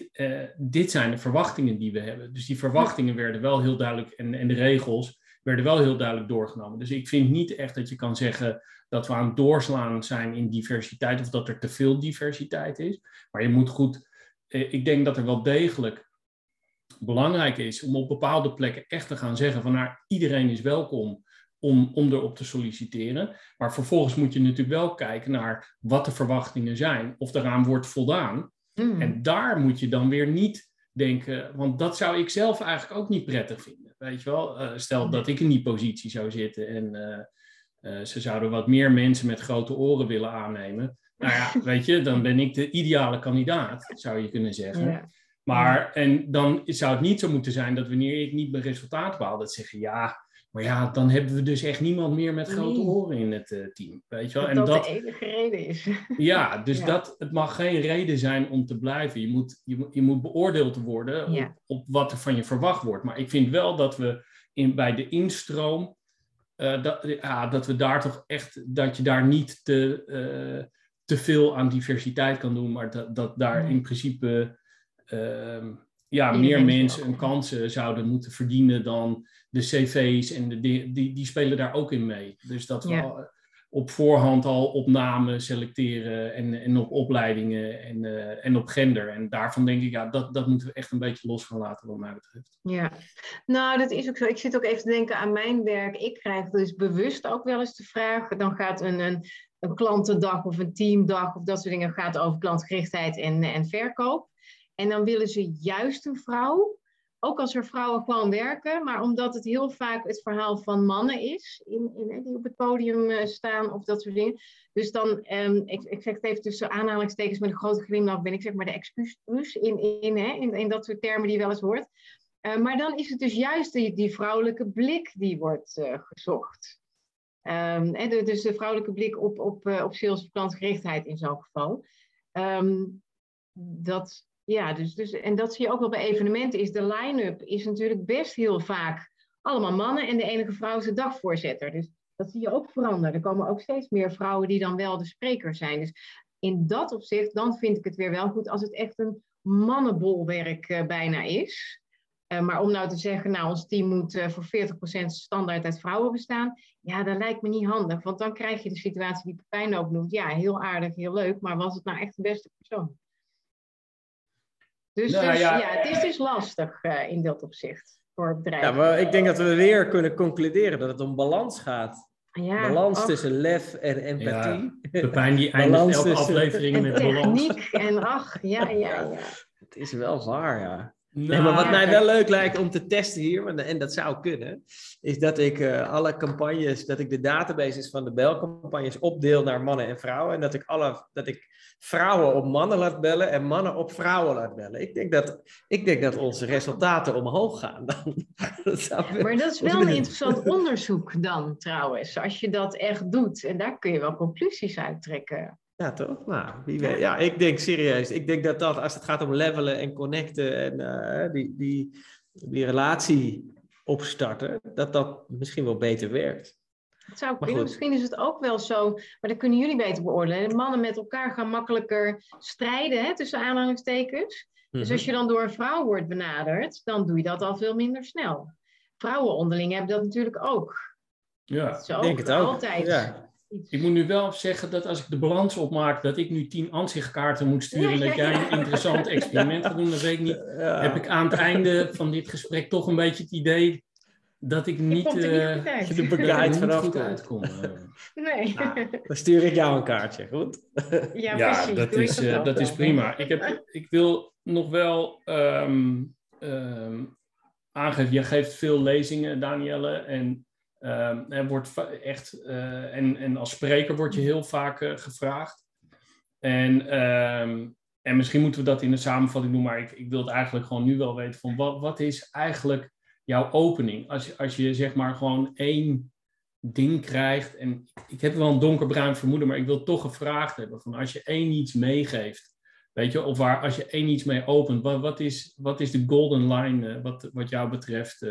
dit zijn de verwachtingen die we hebben. Dus die verwachtingen werden wel heel duidelijk en de regels werden wel heel duidelijk doorgenomen. Dus ik vind niet echt dat je kan zeggen dat we aan het doorslaan zijn in diversiteit of dat er te veel diversiteit is. Maar je moet goed... ik denk dat er wel degelijk belangrijk is om op bepaalde plekken echt te gaan zeggen van iedereen is welkom om erop te solliciteren. Maar vervolgens moet je natuurlijk wel kijken naar wat de verwachtingen zijn, of daaraan wordt voldaan. En daar moet je dan weer niet denken, want dat zou ik zelf eigenlijk ook niet prettig vinden. Weet je wel, stel dat ik in die positie zou zitten en ze zouden wat meer mensen met grote oren willen aannemen. Nou ja, weet je, dan ben ik de ideale kandidaat, zou je kunnen zeggen. Ja. Maar, en dan zou het niet zo moeten zijn dat wanneer ik niet mijn resultaat behaal, dat zeggen maar dan hebben we dus echt niemand meer met grote oren in het team. Weet je wel? Dat de enige reden is. Ja, dus het mag geen reden zijn om te blijven. Je moet beoordeeld worden op wat er van je verwacht wordt. Maar ik vind wel dat we bij de instroom, dat we daar toch echt, dat je daar niet te veel aan diversiteit kan doen, maar dat daar in principe... meer mensen een kans zouden moeten verdienen dan de cv's en die spelen daar ook in mee. Dus dat we op voorhand al op namen selecteren en op opleidingen en op gender. En daarvan denk ik, ja, dat moeten we echt een beetje los van laten wat mij betreft. Ja, nou dat is ook zo. Ik zit ook even te denken aan mijn werk. Ik krijg dus bewust ook wel eens de vraag, dan gaat een klantendag of een teamdag of dat soort dingen gaat over klantgerichtheid en verkoop. En dan willen ze juist een vrouw, ook als er vrouwen gewoon werken, maar omdat het heel vaak het verhaal van mannen is, die op het podium staan of dat soort dingen. Dus dan, ik zeg het even tussen aanhalingstekens met een grote glimlach, ben ik zeg maar de excuus in dat soort termen die je wel eens hoort. Maar dan is het dus juist die vrouwelijke blik die wordt gezocht. Dus de vrouwelijke blik op sales of klantgerichtheid in zo'n geval. En dat zie je ook wel bij evenementen. Is de line-up is natuurlijk best heel vaak allemaal mannen en de enige vrouw is de dagvoorzitter. Dus dat zie je ook veranderen. Er komen ook steeds meer vrouwen die dan wel de spreker zijn. Dus in dat opzicht, dan vind ik het weer wel goed als het echt een mannenbolwerk bijna is. Maar om nou te zeggen, nou ons team moet voor 40% standaard uit vrouwen bestaan. Ja, dat lijkt me niet handig. Want dan krijg je de situatie die Pepijn ook noemt. Ja, heel aardig, heel leuk. Maar was het nou echt de beste persoon? Dus het is dus lastig in dat opzicht voor bedrijven. Ja, maar ik denk dat we weer kunnen concluderen dat het om balans gaat. Ja, balans tussen lef en empathie. Ja, Pepijn die eindigt elke aflevering met balans. Techniek en ja. Het is wel waar, ja. Nou, nee, maar wat mij wel leuk lijkt om te testen hier, en dat zou kunnen, is dat ik alle campagnes, dat ik de databases van de belcampagnes opdeel naar mannen en vrouwen. En dat ik vrouwen op mannen laat bellen en mannen op vrouwen laat bellen. Ik denk dat onze resultaten omhoog gaan dan. Maar dat is wel een interessant onderzoek dan trouwens, als je dat echt doet. En daar kun je wel conclusies uit trekken. Ja, toch? Nou, wie weet. Ja, ik denk serieus. Ik denk dat als het gaat om levelen en connecten en die relatie opstarten, dat misschien wel beter werkt. Het zou kunnen. Misschien is het ook wel zo, maar dat kunnen jullie beter beoordelen. Mannen met elkaar gaan makkelijker strijden, tussen aanhalingstekens. Dus als je dan door een vrouw wordt benaderd, dan doe je dat al veel minder snel. Vrouwen onderling hebben dat natuurlijk ook. Ja, ik denk het ook. Altijd. Ja. Ik moet nu wel zeggen dat als ik de balans opmaak, dat ik nu 10 ansichtkaarten moet sturen en dat jij een interessant experiment gaat doen, dat weet ik niet. Ja. Heb ik aan het einde van dit gesprek toch een beetje het idee dat ik niet de begeleid vanaf uitkom. Nee. Nou, dan stuur ik jou een kaartje, goed? Ja, precies. Dat is prima. Ik wil nog wel aangeven, je geeft veel lezingen, Danielle, en wordt echt, en als spreker word je heel vaak gevraagd. En misschien moeten we dat in de samenvatting doen, maar ik wil het eigenlijk gewoon nu wel weten van wat is eigenlijk jouw opening? Als je zeg maar gewoon 1 ding krijgt, en ik heb wel een donkerbruin vermoeden, maar ik wil toch gevraagd hebben van als je 1 iets meegeeft, weet je, of als je 1 iets mee opent, wat is de golden line wat jou betreft?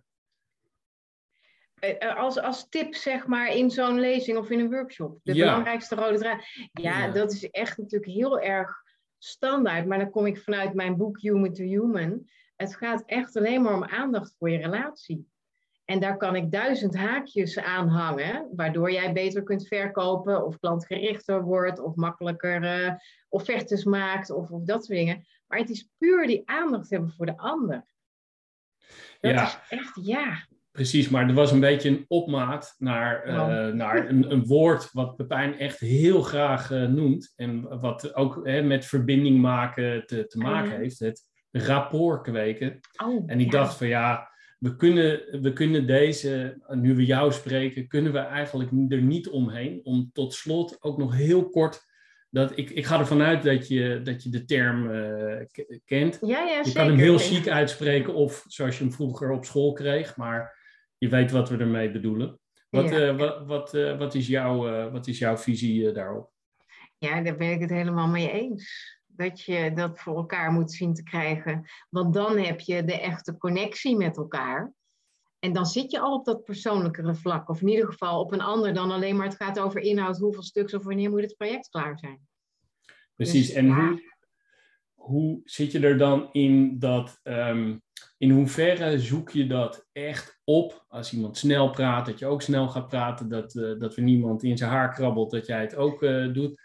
Als tip, zeg maar, in zo'n lezing of in een workshop. De belangrijkste rode draad. Ja, dat is echt natuurlijk heel erg standaard. Maar dan kom ik vanuit mijn boek Human to Human. Het gaat echt alleen maar om aandacht voor je relatie. En daar kan ik 1000 haakjes aan hangen. Waardoor jij beter kunt verkopen. Of klantgerichter wordt. Of makkelijker offertes maakt. Of dat soort dingen. Maar het is puur die aandacht hebben voor de ander. Dat is echt, Precies, maar er was een beetje een opmaat naar een woord wat Pepijn echt heel graag noemt. En wat ook met verbinding maken te maken heeft. Het rapport kweken. En ik dacht van we kunnen deze, nu we jou spreken, kunnen we eigenlijk er niet omheen. Om tot slot ook nog heel kort, ik ga ervan uit dat je de term kent. Ja, je zeker. kan hem heel chic uitspreken of zoals je hem vroeger op school kreeg, maar je weet wat we ermee bedoelen. Wat is jouw visie daarop? Ja, daar ben ik het helemaal mee eens. Dat je dat voor elkaar moet zien te krijgen. Want dan heb je de echte connectie met elkaar. En dan zit je al op dat persoonlijkere vlak. Of in ieder geval op een ander dan alleen maar het gaat over inhoud. Hoeveel stuks of wanneer moet het project klaar zijn. Precies. Dus, en hoe zit je er dan in dat In hoeverre zoek je dat echt op? Als iemand snel praat, dat je ook snel gaat praten, dat er niemand in zijn haar krabbelt, dat jij het ook doet.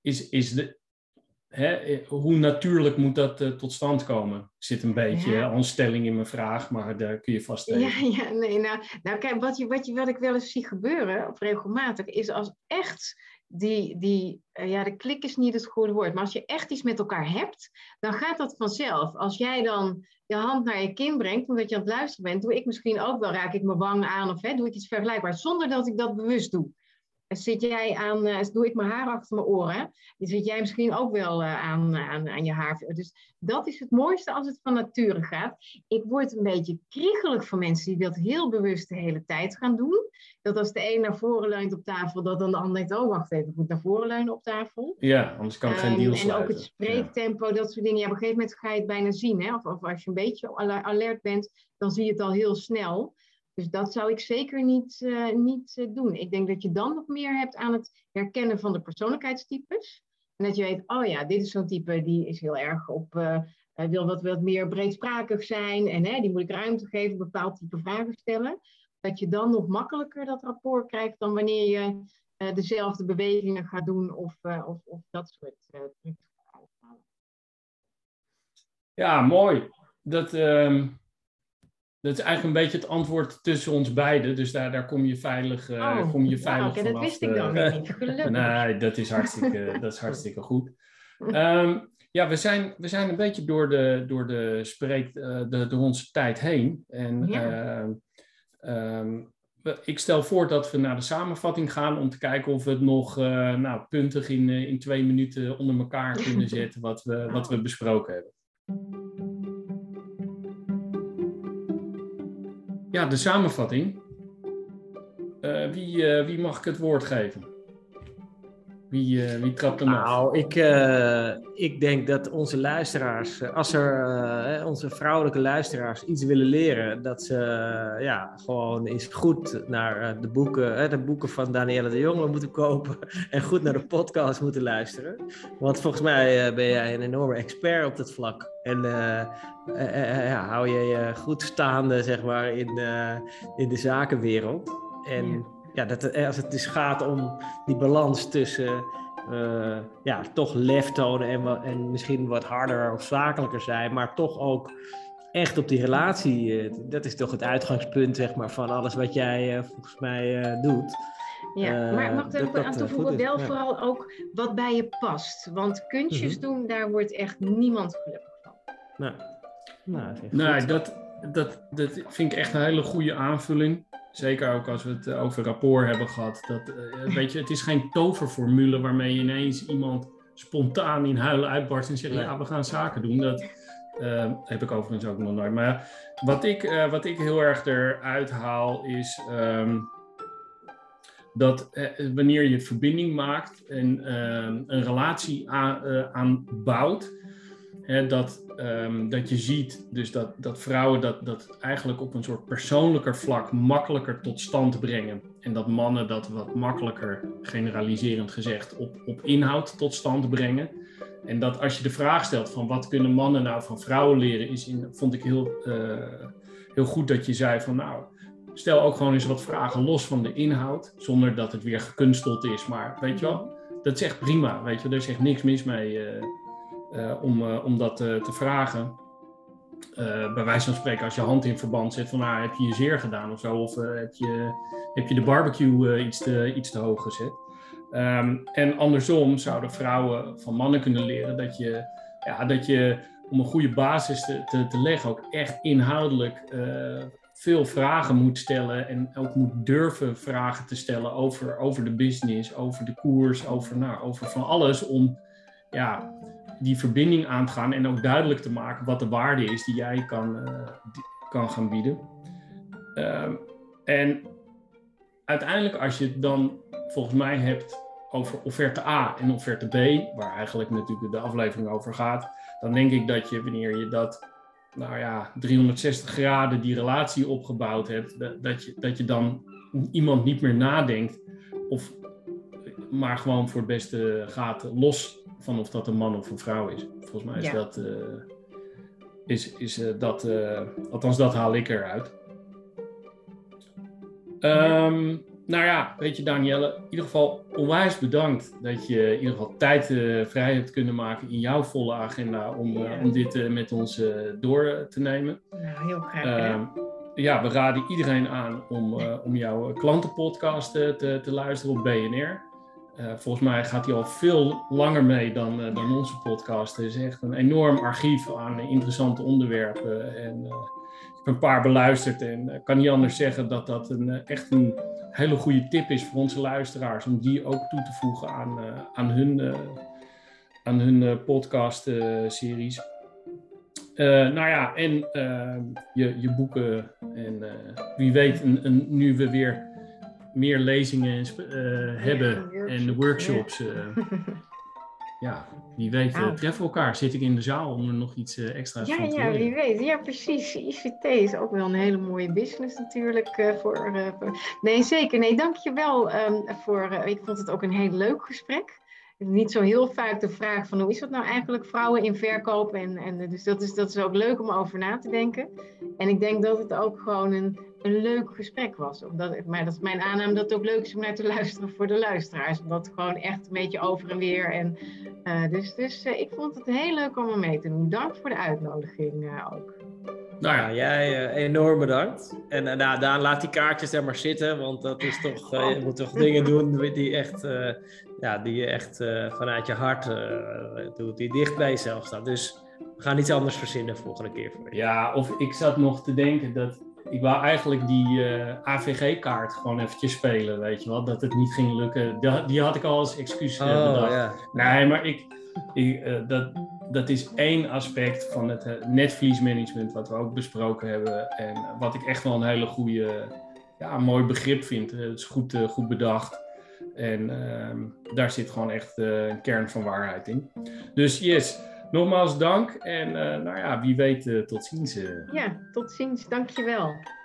Hoe natuurlijk moet dat tot stand komen? Er zit een beetje aanstelling in mijn vraag, maar daar kun je vast even. Ja, nee, nou kijk, wat ik wel eens zie gebeuren, of regelmatig, is als echt de klik is niet het goede woord, maar als je echt iets met elkaar hebt, dan gaat dat vanzelf. Als jij dan je hand naar je kin brengt, omdat je aan het luisteren bent, doe ik misschien ook wel, raak ik mijn wang aan of doe ik iets vergelijkbaars, zonder dat ik dat bewust doe. Zit jij doe ik mijn haar achter mijn oren, dan zit jij misschien ook wel aan je haar. Dus dat is het mooiste als het van nature gaat. Ik word een beetje kriegelig van mensen die dat heel bewust de hele tijd gaan doen. Dat als de een naar voren leunt op tafel, dat dan de ander denkt, oh wacht even, ik moet naar voren leunen op tafel. Ja, anders kan ik geen deal sluiten. En ook het spreektempo, dat soort dingen. Ja, op een gegeven moment ga je het bijna zien. Hè? Of als je een beetje alert bent, dan zie je het al heel snel. Dus dat zou ik zeker niet doen. Ik denk dat je dan nog meer hebt aan het herkennen van de persoonlijkheidstypes. En dat je weet, oh ja, dit is zo'n type die is heel erg wil wat meer breedsprakig zijn. En die moet ik ruimte geven, bepaald type vragen stellen. Dat je dan nog makkelijker dat rapport krijgt dan wanneer je dezelfde bewegingen gaat doen of dat soort trucs. Ja, mooi. Dat is eigenlijk een beetje het antwoord tussen ons beiden. Dus daar kom je veilig, vanaf. Dat wist ik dan weer niet. Gelukkig. Nee, dat is hartstikke goed. We zijn een beetje door onze tijd heen. En ik stel voor dat we naar de samenvatting gaan om te kijken of we het nog puntig in 2 minuten onder elkaar kunnen zetten wat we besproken hebben. Ja, de samenvatting. Wie mag ik het woord geven? Wie trapt hem af? Nou, ik denk dat onze luisteraars, als onze vrouwelijke luisteraars iets willen leren, dat ze gewoon eens goed naar de boeken van Danielle de Jonge moeten kopen en goed naar de podcast moeten luisteren. Want volgens mij ben jij een enorme expert op dat vlak. En hou je je goed staande, zeg maar, in de zakenwereld. En als het dus gaat om die balans tussen toch lef tonen en misschien wat harder of zakelijker zijn, maar toch ook echt op die relatie, dat is toch het uitgangspunt, zeg maar, van alles wat jij volgens mij doet. Ja, maar mag ik er aan toevoegen, wel vooral ook wat bij je past. Want kunstjes doen, daar wordt echt niemand gelukkig van. Dat vind ik echt een hele goede aanvulling. Zeker ook als we het over rapport hebben gehad. Weet je, het is geen toverformule waarmee je ineens iemand spontaan in huilen uitbarst en zegt, we gaan zaken doen. Dat heb ik overigens ook nog nooit. Maar wat ik heel erg eruit haal is dat wanneer je verbinding maakt en een relatie aanbouwt, dat je ziet dus dat vrouwen dat eigenlijk op een soort persoonlijker vlak makkelijker tot stand brengen. En dat mannen dat wat makkelijker, generaliserend gezegd, op inhoud tot stand brengen. En dat als je de vraag stelt van wat kunnen mannen nou van vrouwen leren, vond ik heel goed dat je zei van stel ook gewoon eens wat vragen los van de inhoud, zonder dat het weer gekunsteld is. Maar weet je wel, dat is echt prima. Weet je, er is echt niks mis mee om dat te vragen. Bij wijze van spreken, als je hand in verband zet van heb je je zeer gedaan of zo, of heb je de barbecue iets te hoog gezet. En andersom zouden vrouwen van mannen kunnen leren dat je om een goede basis te leggen ook echt inhoudelijk veel vragen moet stellen en ook moet durven vragen te stellen over de business, over de koers, over van alles om die verbinding aan te gaan en ook duidelijk te maken wat de waarde is die jij kan gaan bieden. En uiteindelijk als je het dan volgens mij hebt over offerte A en offerte B, waar eigenlijk natuurlijk de aflevering over gaat, dan denk ik dat je, wanneer je dat 360 graden die relatie opgebouwd hebt, dat je dan iemand niet meer nadenkt maar gewoon voor het beste gaat, los van of dat een man of een vrouw is. Volgens mij is althans dat haal ik eruit. Nou ja, weet je Danielle, in ieder geval onwijs bedankt dat je in ieder geval tijd vrij hebt kunnen maken in jouw volle agenda om dit met ons door te nemen. Nou, heel graag. Ja, we raden iedereen aan om jouw klantenpodcast te luisteren op BNR. Volgens mij gaat hij al veel langer mee dan onze podcast. Het is echt een enorm archief aan interessante onderwerpen. En ik heb een paar beluisterd en kan niet anders zeggen dat dat echt een hele goede tip is voor onze luisteraars. Om die ook toe te voegen aan hun podcast-series. Nou ja, en je boeken en wie weet, nu we weer meer lezingen hebben en de workshops. Ja, wie weet treffen we elkaar. Zit ik in de zaal om er nog iets extra's van te leren. Ja, wie weet. Ja, precies. ICT is ook wel een hele mooie business natuurlijk. Nee, zeker. Nee, dankjewel ik vond het ook een heel leuk gesprek. Niet zo heel vaak de vraag van hoe is dat nou eigenlijk vrouwen in verkoop? Dus dat is ook leuk om over na te denken. En ik denk dat het ook gewoon een leuk gesprek was. Maar dat is mijn aanname dat het ook leuk is om naar te luisteren voor de luisteraars. Omdat het gewoon echt een beetje over en weer. Dus ik vond het heel leuk om er mee te doen. Dank voor de uitnodiging ook. Nou ja, jij enorm bedankt. En Daan, laat die kaartjes er maar zitten. Want dat is toch, je moet toch dingen doen die je echt vanuit je hart doet. Die dicht bij jezelf staan. Dus we gaan iets anders verzinnen volgende keer voor je. Ja, of ik zat nog te denken dat ik wou eigenlijk die AVG-kaart gewoon eventjes spelen, weet je wel. Dat het niet ging lukken. Die had ik al als excuus bedacht. Ja. Nee, maar dat is één aspect van het netvliesmanagement wat we ook besproken hebben. En wat ik echt wel een hele goede, mooi begrip vind. Het is goed bedacht. En daar zit gewoon echt een kern van waarheid in. Dus yes, nogmaals dank. En wie weet tot ziens. Ja, tot ziens. Dankjewel.